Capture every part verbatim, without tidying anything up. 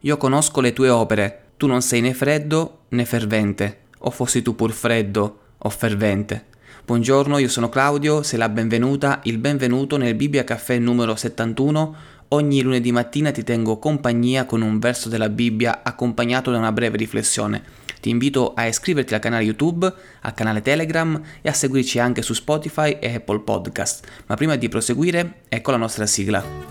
Io conosco le tue opere, tu non sei né freddo né fervente, o fossi tu pur freddo o fervente. Buongiorno, io sono Claudio, sei la benvenuta, il benvenuto nel Bibbia Caffè numero settantuno. Ogni lunedì mattina ti tengo compagnia con un verso della Bibbia accompagnato da una breve riflessione. Ti invito a iscriverti al canale YouTube, al canale Telegram e a seguirci anche su Spotify e Apple Podcast. Ma prima di proseguire, ecco la nostra sigla.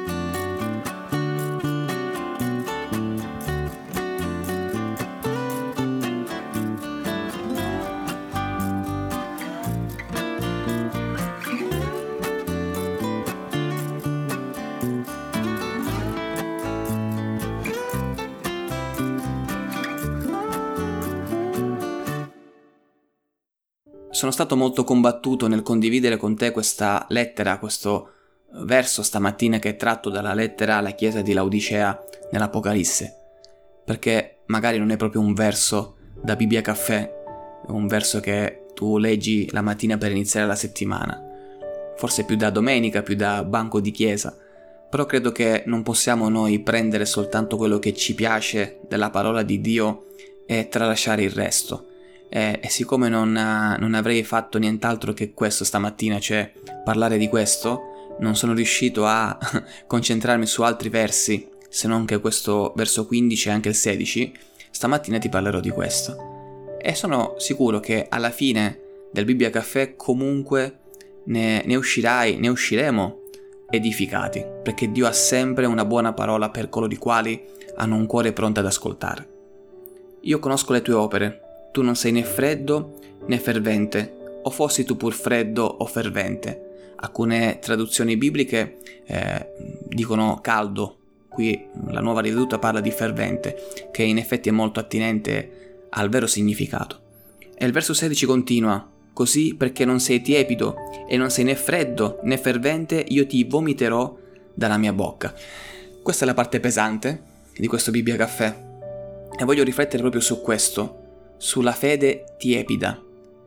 Sono stato molto combattuto nel condividere con te questa lettera, questo verso stamattina che è tratto dalla lettera alla chiesa di Laodicea nell'Apocalisse, perché magari non è proprio un verso da Bibbia Caffè, è un verso che tu leggi la mattina per iniziare la settimana, forse più da domenica, più da banco di chiesa, però credo che non possiamo noi prendere soltanto quello che ci piace della parola di Dio e tralasciare il resto. E, e siccome non, non avrei fatto nient'altro che questo stamattina, cioè parlare di questo, non sono riuscito a concentrarmi su altri versi, se non che questo verso quindici e anche il sedici, stamattina ti parlerò di questo. E sono sicuro che alla fine del Bibbia Caffè comunque ne, ne uscirai, ne usciremo edificati, perché Dio ha sempre una buona parola per coloro i quali hanno un cuore pronto ad ascoltare. Io conosco le tue opere. Tu non sei né freddo né fervente, o fossi tu pur freddo o fervente. Alcune traduzioni bibliche eh, dicono caldo, qui la Nuova Riveduta parla di fervente, che in effetti è molto attinente al vero significato. E il verso sedici continua, così perché non sei tiepido e non sei né freddo né fervente, io ti vomiterò dalla mia bocca. Questa è la parte pesante di questo Bibbia Caffè e voglio riflettere proprio su questo, sulla fede tiepida.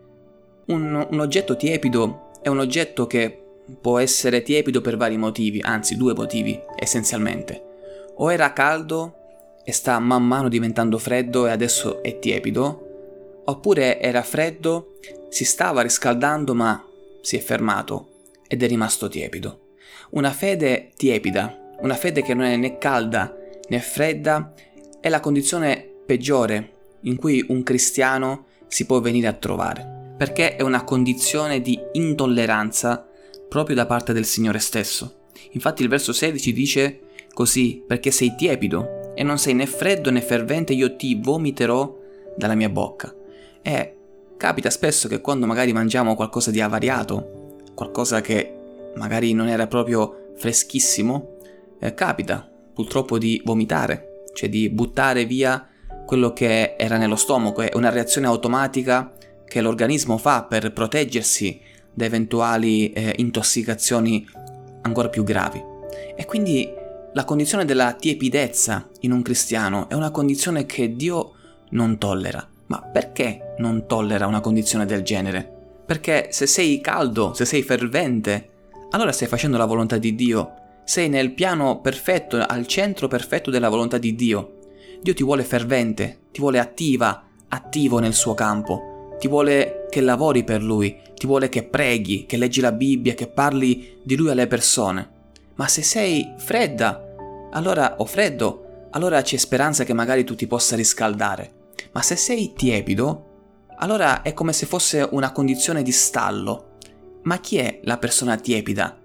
Un, un oggetto tiepido è un oggetto che può essere tiepido per vari motivi, anzi due motivi essenzialmente. O era caldo e sta man mano diventando freddo e adesso è tiepido, oppure era freddo, si stava riscaldando ma si è fermato ed è rimasto tiepido. Una fede tiepida, una fede che non è né calda né fredda, è la condizione peggiore in cui un cristiano si può venire a trovare, perché è una condizione di intolleranza proprio da parte del Signore stesso. Infatti il verso sedici dice così, perché sei tiepido e non sei né freddo né fervente, io ti vomiterò dalla mia bocca. E capita spesso che quando magari mangiamo qualcosa di avariato, qualcosa che magari non era proprio freschissimo, eh, capita purtroppo di vomitare, cioè di buttare via quello che era nello stomaco. È una reazione automatica che l'organismo fa per proteggersi da eventuali eh, intossicazioni ancora più gravi. E quindi la condizione della tiepidezza in un cristiano è una condizione che Dio non tollera. Ma perché non tollera una condizione del genere? Perché se sei caldo, se sei fervente, allora stai facendo la volontà di Dio, sei nel piano perfetto, al centro perfetto della volontà di Dio. Dio ti vuole fervente, ti vuole attiva, attivo nel suo campo, ti vuole che lavori per Lui, ti vuole che preghi, che leggi la Bibbia, che parli di Lui alle persone. Ma se sei fredda, allora o freddo, allora c'è speranza che magari tu ti possa riscaldare. Ma se sei tiepido, allora è come se fosse una condizione di stallo. Ma chi è la persona tiepida?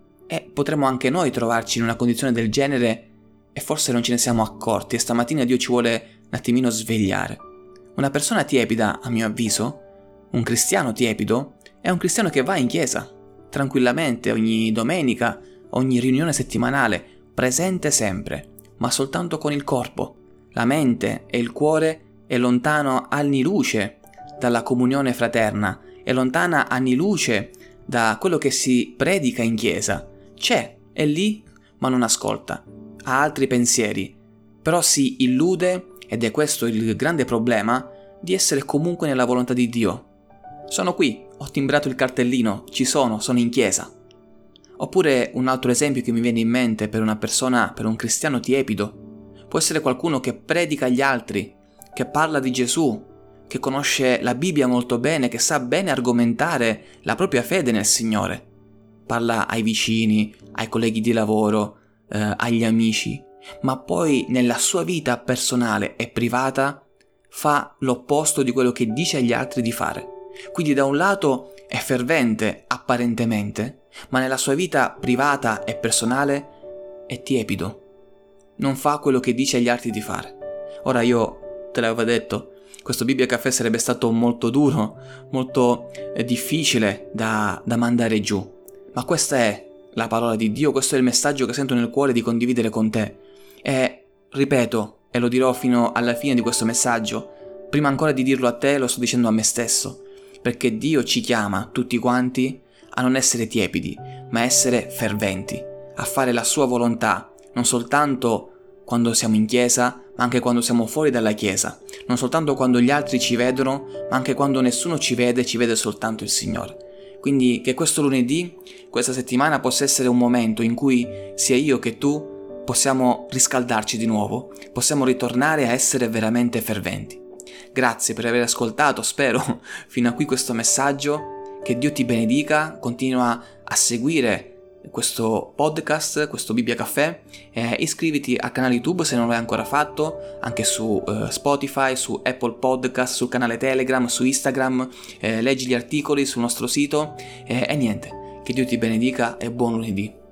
E potremmo anche noi trovarci in una condizione del genere e forse non ce ne siamo accorti, e stamattina Dio ci vuole un attimino svegliare. Una persona tiepida, a mio avviso, un cristiano tiepido, è un cristiano che va in chiesa, tranquillamente, ogni domenica, ogni riunione settimanale, presente sempre, ma soltanto con il corpo. La mente e il cuore è lontano anni luce dalla comunione fraterna, è lontana anni luce da quello che si predica in chiesa. C'è, è lì, ma non ascolta. Ha altri pensieri, però si illude, ed è questo il grande problema, di essere comunque nella volontà di Dio. Sono qui, ho timbrato il cartellino, ci sono, sono in chiesa. Oppure un altro esempio che mi viene in mente per una persona, per un cristiano tiepido, può essere qualcuno che predica agli altri, che parla di Gesù, che conosce la Bibbia molto bene, che sa bene argomentare la propria fede nel Signore. Parla ai vicini, ai colleghi di lavoro, eh, agli amici, ma poi nella sua vita personale e privata fa l'opposto di quello che dice agli altri di fare. Quindi da un lato è fervente apparentemente, ma nella sua vita privata e personale è tiepido. Non fa quello che dice agli altri di fare. Ora io te l'avevo detto, questo Bibbia Caffè sarebbe stato molto duro, molto eh, difficile da, da mandare giù. Ma questa è la parola di Dio, questo è il messaggio che sento nel cuore di condividere con te. E ripeto, e lo dirò fino alla fine di questo messaggio, prima ancora di dirlo a te lo sto dicendo a me stesso, perché Dio ci chiama tutti quanti a non essere tiepidi, ma essere ferventi, a fare la sua volontà, non soltanto quando siamo in chiesa, ma anche quando siamo fuori dalla chiesa, non soltanto quando gli altri ci vedono, ma anche quando nessuno ci vede, ci vede soltanto il Signore. Quindi che questo lunedì, questa settimana possa essere un momento in cui sia io che tu possiamo riscaldarci di nuovo, possiamo ritornare a essere veramente ferventi. Grazie per aver ascoltato, spero, fino a qui questo messaggio. Che Dio ti benedica, continua a seguire questo podcast, questo Bibbia Caffè, eh, iscriviti al canale YouTube se non l'hai ancora fatto, anche su eh, Spotify, su Apple Podcast, sul canale Telegram, su Instagram, eh, leggi gli articoli sul nostro sito eh, e niente, che Dio ti benedica e buon lunedì.